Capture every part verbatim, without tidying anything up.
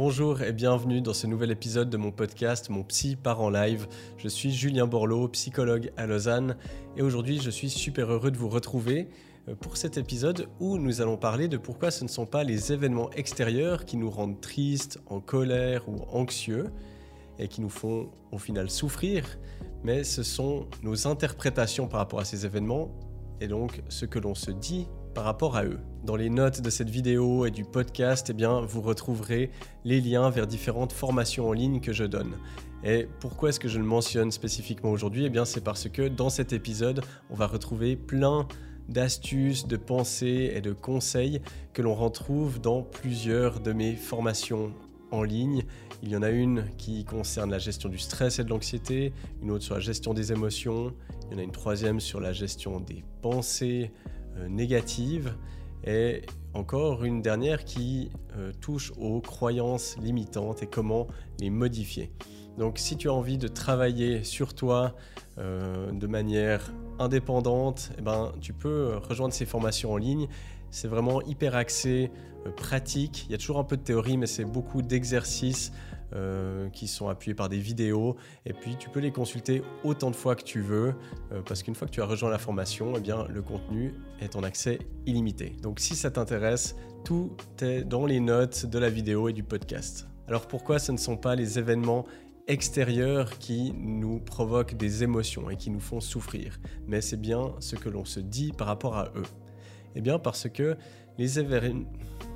Bonjour et bienvenue dans ce nouvel épisode de mon podcast Mon Psy part en live. Je suis Julien Borloo, psychologue à Lausanne et aujourd'hui je suis super heureux de vous retrouver pour cet épisode où nous allons parler de pourquoi ce ne sont pas les événements extérieurs qui nous rendent tristes, en colère ou anxieux et qui nous font au final souffrir, mais ce sont nos interprétations par rapport à ces événements et donc ce que l'on se dit par rapport à eux. Dans les notes de cette vidéo et du podcast, eh bien, vous retrouverez les liens vers différentes formations en ligne que je donne. Et pourquoi est-ce que je le mentionne spécifiquement aujourd'hui ? Eh bien, c'est parce que dans cet épisode, on va retrouver plein d'astuces, de pensées et de conseils que l'on retrouve dans plusieurs de mes formations en ligne. Il y en a une qui concerne la gestion du stress et de l'anxiété, une autre sur la gestion des émotions, il y en a une troisième sur la gestion des pensées euh, négatives et encore une dernière qui euh, touche aux croyances limitantes et comment les modifier. Donc si tu as envie de travailler sur toi euh, de manière indépendante, eh ben, tu peux rejoindre ces formations en ligne. C'est vraiment hyper axé, euh, pratique. Il y a toujours un peu de théorie, mais c'est beaucoup d'exercices euh, qui sont appuyés par des vidéos. Et puis, tu peux les consulter autant de fois que tu veux, euh, parce qu'une fois que tu as rejoint la formation, eh bien, le contenu est en accès illimité. Donc, si ça t'intéresse, tout est dans les notes de la vidéo et du podcast. Alors, pourquoi ce ne sont pas les événements extérieurs qui nous provoquent des émotions et qui nous font souffrir, mais c'est bien ce que l'on se dit par rapport à eux. Eh bien parce que les événements,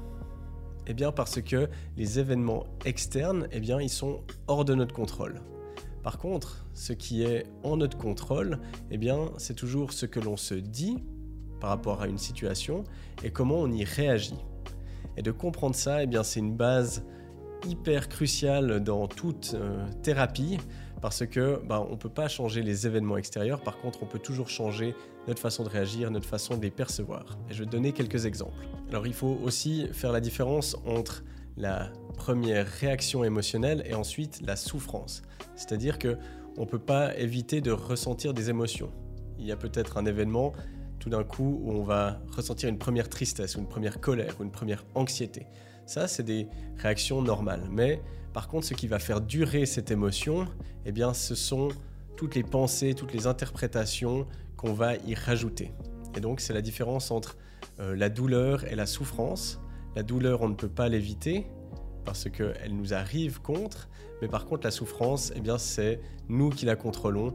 eh bien parce que les événements externes, eh bien ils sont hors de notre contrôle. Par contre, ce qui est en notre contrôle, eh bien c'est toujours ce que l'on se dit par rapport à une situation et comment on y réagit. Et de comprendre ça, eh bien c'est une base hyper cruciale dans toute euh, thérapie parce que bah, on ne peut pas changer les événements extérieurs, par contre on peut toujours changer notre façon de réagir, notre façon de les percevoir. Et je vais te donner quelques exemples. Alors il faut aussi faire la différence entre la première réaction émotionnelle et ensuite la souffrance. C'est-à-dire qu'on ne peut pas éviter de ressentir des émotions. Il y a peut-être un événement tout d'un coup où on va ressentir une première tristesse ou une première colère ou une première anxiété. Ça, c'est des réactions normales. Mais par contre, ce qui va faire durer cette émotion, eh bien, ce sont toutes les pensées, toutes les interprétations qu'on va y rajouter. Et donc, c'est la différence entre euh, la douleur et la souffrance. La douleur, on ne peut pas l'éviter parce qu'elle nous arrive contre. Mais par contre, la souffrance, eh bien, c'est nous qui la contrôlons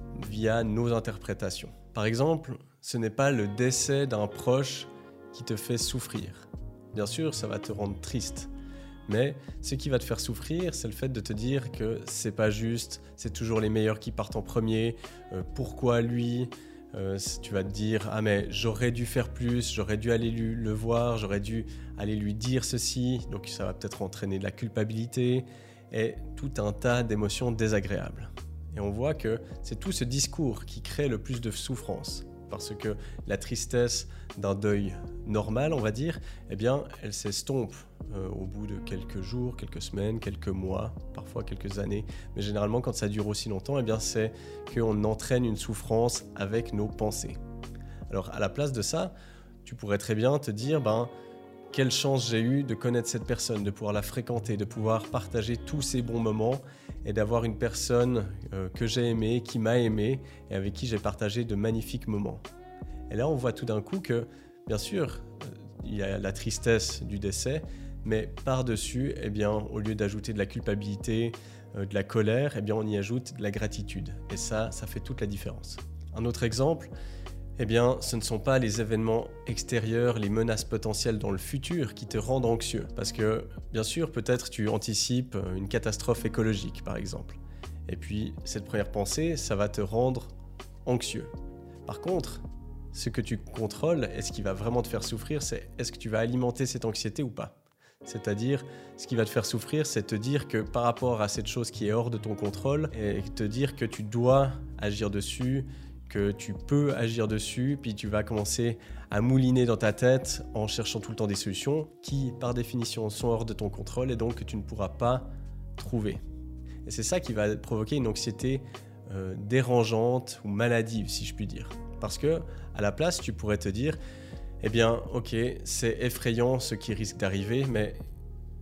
via nos interprétations. Par exemple, ce n'est pas le décès d'un proche qui te fait souffrir. Bien sûr, ça va te rendre triste. Mais ce qui va te faire souffrir, c'est le fait de te dire que c'est pas juste, c'est toujours les meilleurs qui partent en premier, euh, pourquoi lui euh, tu vas te dire « Ah mais j'aurais dû faire plus, j'aurais dû aller lui, le voir, j'aurais dû aller lui dire ceci », donc ça va peut-être entraîner de la culpabilité et tout un tas d'émotions désagréables. Et on voit que c'est tout ce discours qui crée le plus de souffrance. Parce que la tristesse d'un deuil normal, on va dire, eh bien, elle s'estompe euh, au bout de quelques jours, quelques semaines, quelques mois, parfois quelques années. Mais généralement, quand ça dure aussi longtemps, eh bien, c'est qu'on entraîne une souffrance avec nos pensées. Alors, à la place de ça, tu pourrais très bien te dire, ben, quelle chance j'ai eu de connaître cette personne, de pouvoir la fréquenter, de pouvoir partager tous ces bons moments et d'avoir une personne euh, que j'ai aimée, qui m'a aimé et avec qui j'ai partagé de magnifiques moments. Et là, on voit tout d'un coup que, bien sûr, euh, il y a la tristesse du décès, mais par-dessus, eh bien, au lieu d'ajouter de la culpabilité, euh, de la colère, eh bien, on y ajoute de la gratitude. Et ça, ça fait toute la différence. Un autre exemple, eh bien, ce ne sont pas les événements extérieurs, les menaces potentielles dans le futur qui te rendent anxieux. Parce que, bien sûr, peut-être tu anticipes une catastrophe écologique, par exemple. Et puis, cette première pensée, ça va te rendre anxieux. Par contre, ce que tu contrôles et ce qui va vraiment te faire souffrir, c'est est-ce que tu vas alimenter cette anxiété ou pas ? C'est-à-dire, ce qui va te faire souffrir, c'est te dire que par rapport à cette chose qui est hors de ton contrôle, et te dire que tu dois agir dessus, que tu peux agir dessus, puis tu vas commencer à mouliner dans ta tête en cherchant tout le temps des solutions qui, par définition, sont hors de ton contrôle et donc que tu ne pourras pas trouver. Et c'est ça qui va provoquer une anxiété euh, dérangeante ou maladive, si je puis dire. Parce que, à la place, tu pourrais te dire, eh bien, ok, c'est effrayant ce qui risque d'arriver, mais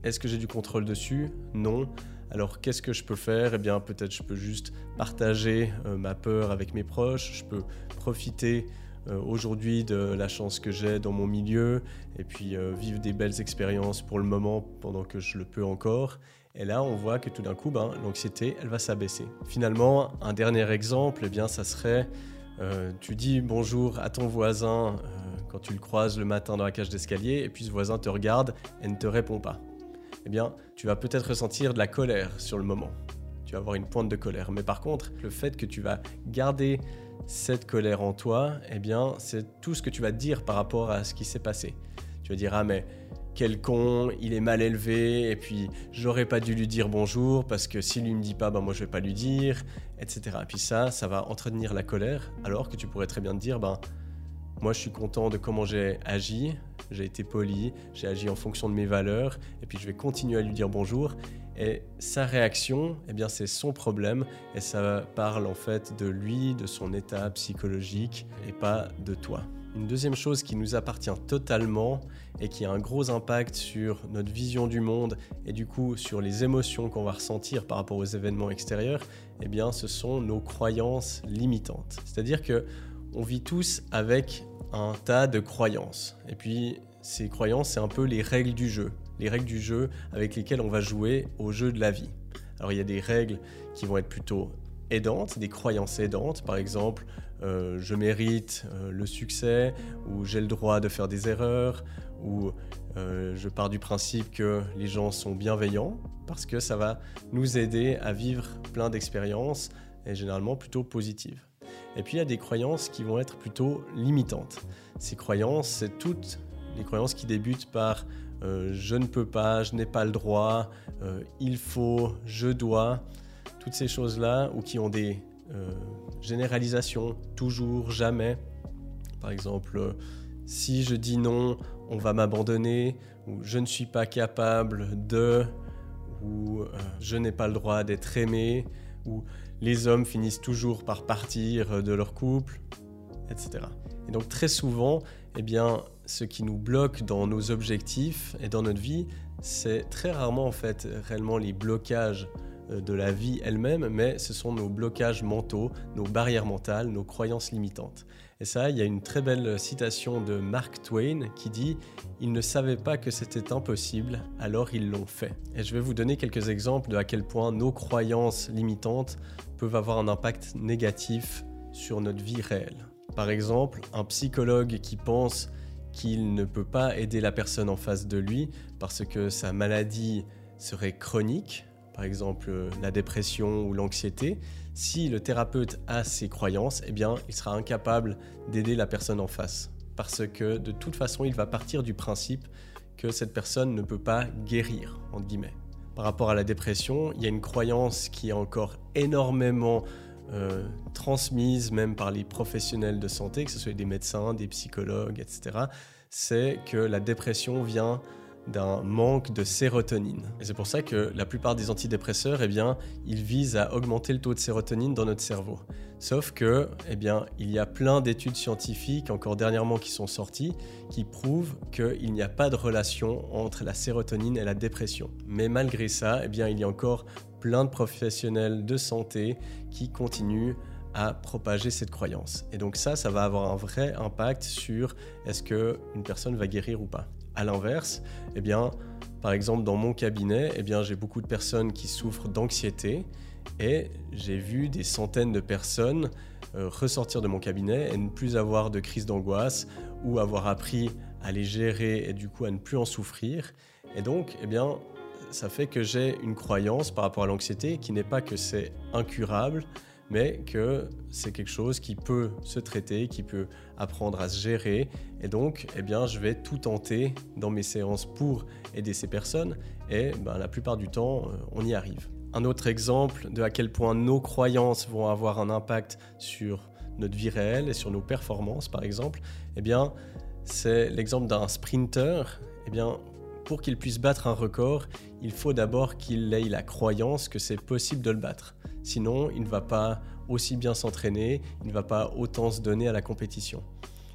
Est-ce que j'ai du contrôle dessus ? Non. Alors qu'est-ce que je peux faire ? Eh bien peut-être je peux juste partager euh, ma peur avec mes proches, je peux profiter euh, aujourd'hui de la chance que j'ai dans mon milieu et puis euh, vivre des belles expériences pour le moment pendant que je le peux encore. Et là on voit que tout d'un coup ben, l'anxiété elle va s'abaisser. Finalement un dernier exemple, eh bien ça serait euh, tu dis bonjour à ton voisin euh, quand tu le croises le matin dans la cage d'escalier et puis ce voisin te regarde et ne te répond pas. Eh bien, tu vas peut-être ressentir de la colère sur le moment. Tu vas avoir une pointe de colère. Mais par contre, le fait que tu vas garder cette colère en toi, eh bien, c'est tout ce que tu vas dire par rapport à ce qui s'est passé. Tu vas dire « Ah mais quel con, il est mal élevé, et puis j'aurais pas dû lui dire bonjour parce que s'il lui me dit pas, ben moi je vais pas lui dire, et cetera » Et puis ça, ça va entretenir la colère, alors que tu pourrais très bien te dire ben, « Moi je suis content de comment j'ai agi, j'ai été poli, j'ai agi en fonction de mes valeurs, et puis je vais continuer à lui dire bonjour. » Et sa réaction, eh bien, c'est son problème, et ça parle en fait de lui, de son état psychologique, et pas de toi. Une deuxième chose qui nous appartient totalement et qui a un gros impact sur notre vision du monde et du coup sur les émotions qu'on va ressentir par rapport aux événements extérieurs, eh bien, ce sont nos croyances limitantes. C'est-à-dire que on vit tous avec un tas de croyances. Et puis, ces croyances, c'est un peu les règles du jeu. Les règles du jeu avec lesquelles on va jouer au jeu de la vie. Alors, il y a des règles qui vont être plutôt aidantes, des croyances aidantes. Par exemple, euh, je mérite euh, le succès, ou j'ai le droit de faire des erreurs, ou euh, je pars du principe que les gens sont bienveillants, parce que ça va nous aider à vivre plein d'expériences, et généralement plutôt positives. Et puis il y a des croyances qui vont être plutôt limitantes. Ces croyances, c'est toutes les croyances qui débutent par euh, « je ne peux pas »,« je n'ai pas le droit euh, »,« il faut »,« je dois », toutes ces choses-là, ou qui ont des euh, généralisations, toujours, jamais. Par exemple, euh, si je dis non, on va m'abandonner, ou je ne suis pas capable de, ou euh, je n'ai pas le droit d'être aimé, ou les hommes finissent toujours par partir de leur couple, et cetera. Et donc très souvent, eh bien, ce qui nous bloque dans nos objectifs et dans notre vie, c'est très rarement en fait réellement les blocages de la vie elle-même, mais ce sont nos blocages mentaux, nos barrières mentales, nos croyances limitantes. Et ça, il y a une très belle citation de Mark Twain qui dit « Ils ne savaient pas que c'était impossible, alors ils l'ont fait ». Et je vais vous donner quelques exemples de à quel point nos croyances limitantes peuvent avoir un impact négatif sur notre vie réelle. Par exemple, un psychologue qui pense qu'il ne peut pas aider la personne en face de lui parce que sa maladie serait chronique, par exemple la dépression ou l'anxiété, si le thérapeute a ces croyances, eh bien, il sera incapable d'aider la personne en face. Parce que de toute façon, il va partir du principe que cette personne ne peut pas guérir, entre guillemets. Par rapport à la dépression, il y a une croyance qui est encore énormément euh, transmise, même par les professionnels de santé, que ce soit des médecins, des psychologues, et cetera, c'est que la dépression vient d'un manque de sérotonine. Et c'est pour ça que la plupart des antidépresseurs, eh bien, ils visent à augmenter le taux de sérotonine dans notre cerveau. Sauf que, eh bien, il y a plein d'études scientifiques, encore dernièrement, qui sont sorties, qui prouvent qu'il n'y a pas de relation entre la sérotonine et la dépression. Mais malgré ça, eh bien, il y a encore plein de professionnels de santé qui continuent à propager cette croyance. Et donc ça, ça va avoir un vrai impact sur est-ce qu'une personne va guérir ou pas. À l'inverse, eh bien, par exemple, dans mon cabinet, eh bien, j'ai beaucoup de personnes qui souffrent d'anxiété et j'ai vu des centaines de personnes euh, ressortir de mon cabinet et ne plus avoir de crise d'angoisse ou avoir appris à les gérer et du coup à ne plus en souffrir. Et donc, eh bien, ça fait que j'ai une croyance par rapport à l'anxiété qui n'est pas que c'est incurable, mais que c'est quelque chose qui peut se traiter, qui peut apprendre à se gérer. Et donc, eh bien, je vais tout tenter dans mes séances pour aider ces personnes. Et ben, la plupart du temps, on y arrive. Un autre exemple de à quel point nos croyances vont avoir un impact sur notre vie réelle et sur nos performances, par exemple, eh bien, c'est l'exemple d'un sprinter. Eh bien, pour qu'il puisse battre un record, il faut d'abord qu'il ait la croyance que c'est possible de le battre. Sinon, il ne va pas aussi bien s'entraîner, il ne va pas autant se donner à la compétition.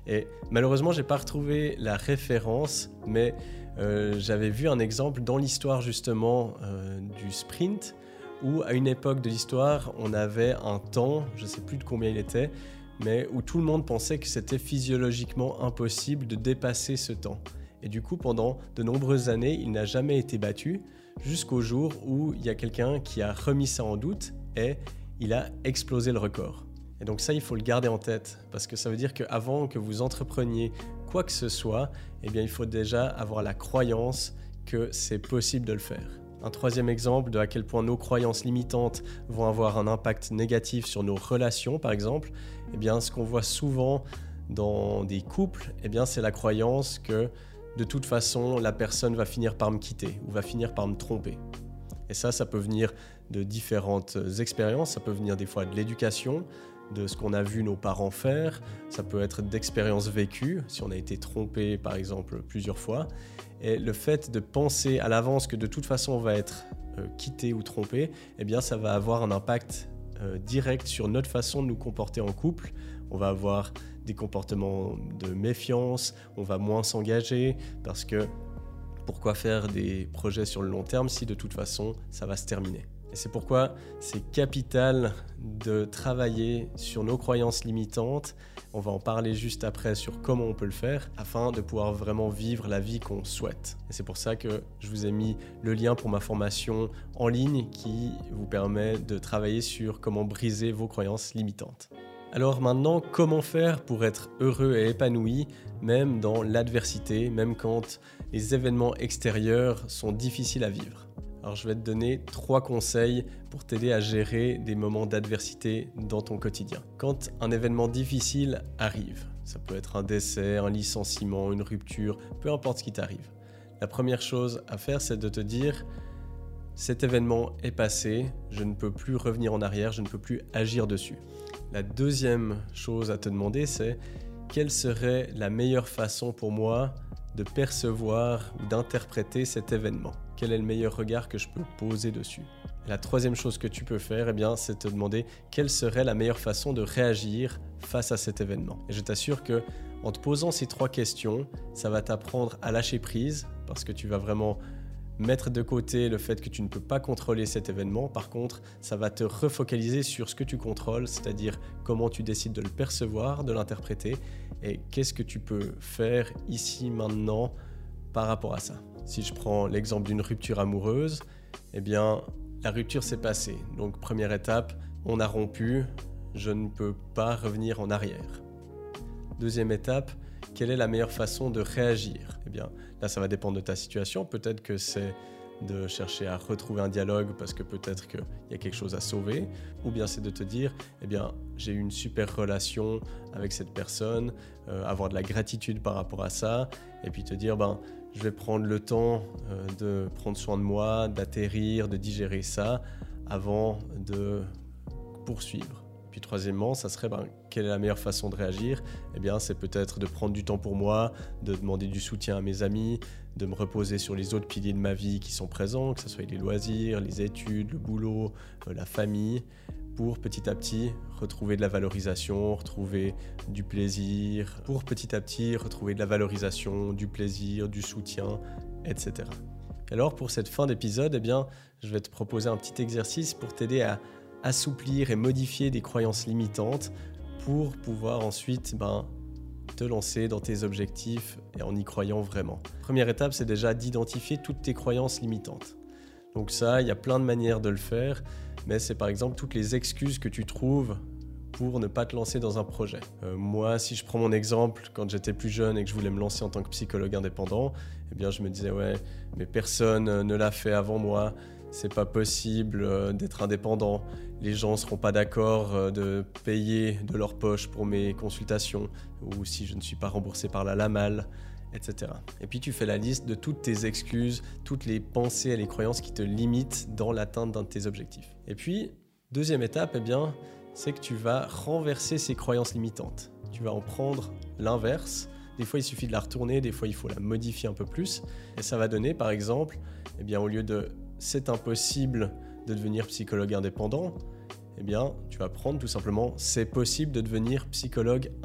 Et malheureusement, j'ai pas retrouvé la référence, mais euh, j'avais vu un exemple dans l'histoire justement euh, du sprint, où à une époque de l'histoire, on avait un temps, je ne sais plus de combien il était, mais où tout le monde pensait que c'était physiologiquement impossible de dépasser ce temps. Et du coup, pendant de nombreuses années, il n'a jamais été battu, jusqu'au jour où il y a quelqu'un qui a remis ça en doute et il a explosé le record. Et donc ça, il faut le garder en tête, parce que ça veut dire qu'avant que vous entrepreniez quoi que ce soit, eh bien, il faut déjà avoir la croyance que c'est possible de le faire. Un troisième exemple de à quel point nos croyances limitantes vont avoir un impact négatif sur nos relations, par exemple, eh bien, ce qu'on voit souvent dans des couples, eh bien, c'est la croyance que de toute façon, la personne va finir par me quitter ou va finir par me tromper. Et ça, ça peut venir de différentes expériences, ça peut venir des fois de l'éducation, de ce qu'on a vu nos parents faire, ça peut être d'expériences vécues, si on a été trompé par exemple plusieurs fois. Et le fait de penser à l'avance que de toute façon on va être euh, quitté ou trompé, eh bien ça va avoir un impact euh, direct sur notre façon de nous comporter en couple. On va avoir des comportements de méfiance, on va moins s'engager parce que pourquoi faire des projets sur le long terme si de toute façon ça va se terminer? Et c'est pourquoi c'est capital de travailler sur nos croyances limitantes. On va en parler juste après sur comment on peut le faire afin de pouvoir vraiment vivre la vie qu'on souhaite. Et c'est pour ça que je vous ai mis le lien pour ma formation en ligne qui vous permet de travailler sur comment briser vos croyances limitantes. Alors maintenant, comment faire pour être heureux et épanoui, même dans l'adversité, même quand les événements extérieurs sont difficiles à vivre? Alors je vais te donner trois conseils pour t'aider à gérer des moments d'adversité dans ton quotidien. Quand un événement difficile arrive, ça peut être un décès, un licenciement, une rupture, peu importe ce qui t'arrive. La première chose à faire, c'est de te dire « cet événement est passé, je ne peux plus revenir en arrière, je ne peux plus agir dessus ». La deuxième chose à te demander, c'est quelle serait la meilleure façon pour moi de percevoir ou d'interpréter cet événement? Quel est le meilleur regard que je peux poser dessus? Et la troisième chose que tu peux faire, eh bien, c'est te demander quelle serait la meilleure façon de réagir face à cet événement. Et je t'assure que en te posant ces trois questions, ça va t'apprendre à lâcher prise parce que tu vas vraiment mettre de côté le fait que tu ne peux pas contrôler cet événement. Par contre, ça va te refocaliser sur ce que tu contrôles, c'est-à-dire comment tu décides de le percevoir, de l'interpréter et qu'est-ce que tu peux faire ici, maintenant, par rapport à ça. Si je prends l'exemple d'une rupture amoureuse, eh bien, la rupture s'est passée. Donc, première étape, on a rompu, je ne peux pas revenir en arrière. Deuxième étape, quelle est la meilleure façon de réagir? Eh bien, là, ça va dépendre de ta situation. Peut-être que c'est de chercher à retrouver un dialogue parce que peut-être qu'il y a quelque chose à sauver. Ou bien c'est de te dire, eh bien, j'ai eu une super relation avec cette personne, euh, avoir de la gratitude par rapport à ça, et puis te dire, ben, je vais prendre le temps euh, de prendre soin de moi, d'atterrir, de digérer ça avant de poursuivre. Puis troisièmement, ça serait ben, quelle est la meilleure façon de réagir? Eh bien, c'est peut-être de prendre du temps pour moi, de demander du soutien à mes amis, de me reposer sur les autres piliers de ma vie qui sont présents, que ce soit les loisirs, les études, le boulot, euh, la famille, pour petit à petit retrouver de la valorisation, retrouver du plaisir, pour petit à petit retrouver de la valorisation, du plaisir, du soutien, et cetera. Alors pour cette fin d'épisode, eh bien, je vais te proposer un petit exercice pour t'aider à assouplir et modifier des croyances limitantes pour pouvoir ensuite ben, te lancer dans tes objectifs et en y croyant vraiment. Première étape, c'est déjà d'identifier toutes tes croyances limitantes. Donc ça, il y a plein de manières de le faire, mais c'est par exemple toutes les excuses que tu trouves pour ne pas te lancer dans un projet. Euh, moi, si je prends mon exemple, quand j'étais plus jeune et que je voulais me lancer en tant que psychologue indépendant, eh bien, je me disais « ouais, mais personne ne l'a fait avant moi, c'est pas possible euh, d'être indépendant, les gens ne seront pas d'accord euh, de payer de leur poche pour mes consultations, ou si je ne suis pas remboursé par la LAMAL, et cetera. Et puis tu fais la liste de toutes tes excuses, toutes les pensées et les croyances qui te limitent dans l'atteinte d'un de tes objectifs. Et puis, deuxième étape, eh bien, c'est que tu vas renverser ces croyances limitantes. Tu vas en prendre l'inverse. Des fois, il suffit de la retourner, des fois, il faut la modifier un peu plus. Et ça va donner, par exemple, eh bien, au lieu de « c'est impossible de devenir psychologue indépendant », eh bien, tu vas prendre tout simplement « c'est possible de devenir psychologue indépendant ».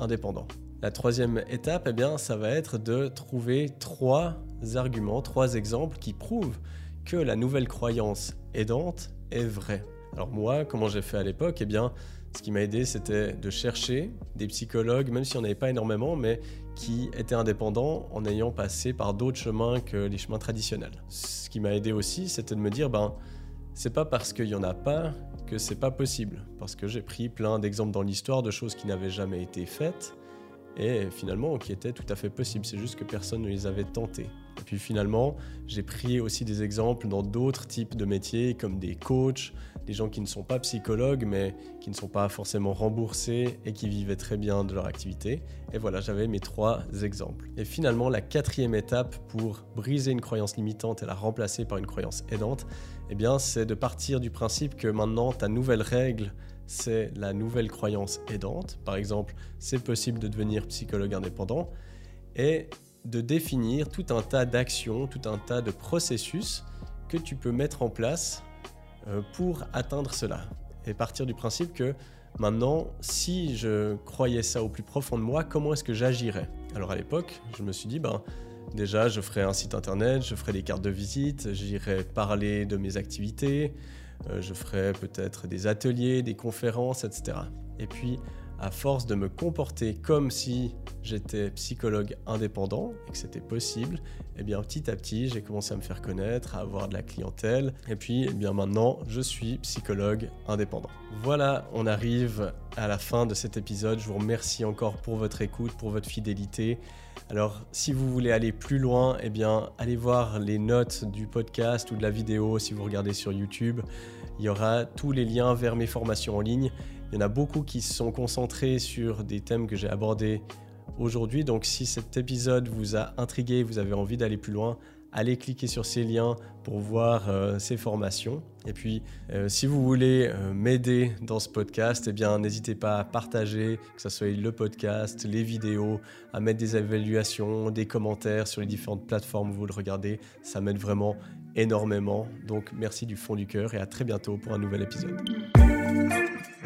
La troisième étape, eh bien, ça va être de trouver trois arguments, trois exemples qui prouvent que la nouvelle croyance aidante est vraie. Alors moi, comment j'ai fait à l'époque? Eh bien, ce qui m'a aidé, c'était de chercher des psychologues, même si on n'avait pas énormément, mais qui étaient indépendants en ayant passé par d'autres chemins que les chemins traditionnels. Ce qui m'a aidé aussi, c'était de me dire, ben, c'est pas parce qu'il y en a pas que c'est pas possible. Parce que j'ai pris plein d'exemples dans l'histoire de choses qui n'avaient jamais été faites et finalement qui étaient tout à fait possibles. C'est juste que personne ne les avait tentées. Et puis finalement, j'ai pris aussi des exemples dans d'autres types de métiers comme des coachs, des gens qui ne sont pas psychologues mais qui ne sont pas forcément remboursés et qui vivaient très bien de leur activité. Et voilà, j'avais mes trois exemples. Et finalement, la quatrième étape pour briser une croyance limitante et la remplacer par une croyance aidante, eh bien, c'est de partir du principe que maintenant, ta nouvelle règle, c'est la nouvelle croyance aidante. Par exemple, c'est possible de devenir psychologue indépendant et de définir tout un tas d'actions, tout un tas de processus que tu peux mettre en place pour atteindre cela. Et partir du principe que maintenant, si je croyais ça au plus profond de moi, comment est-ce que j'agirais? Alors à l'époque, je me suis dit, ben, déjà, je ferais un site internet, je ferais des cartes de visite, j'irais parler de mes activités, euh, je ferais peut-être des ateliers, des conférences, et cetera. Et puis, à force de me comporter comme si j'étais psychologue indépendant et que c'était possible, eh bien petit à petit, j'ai commencé à me faire connaître, à avoir de la clientèle. Et puis, eh bien maintenant, je suis psychologue indépendant. Voilà, on arrive à la fin de cet épisode. Je vous remercie encore pour votre écoute, pour votre fidélité. Alors, si vous voulez aller plus loin, eh bien, allez voir les notes du podcast ou de la vidéo si vous regardez sur YouTube. Il y aura tous les liens vers mes formations en ligne. Il y en a beaucoup qui se sont concentrés sur des thèmes que j'ai abordés aujourd'hui. Donc, si cet épisode vous a intrigué, vous avez envie d'aller plus loin, allez cliquer sur ces liens pour voir euh, ces formations. Et puis, euh, si vous voulez euh, m'aider dans ce podcast, eh bien, n'hésitez pas à partager, que ce soit le podcast, les vidéos, à mettre des évaluations, des commentaires sur les différentes plateformes où vous le regardez. Ça m'aide vraiment énormément. Donc, merci du fond du cœur et à très bientôt pour un nouvel épisode.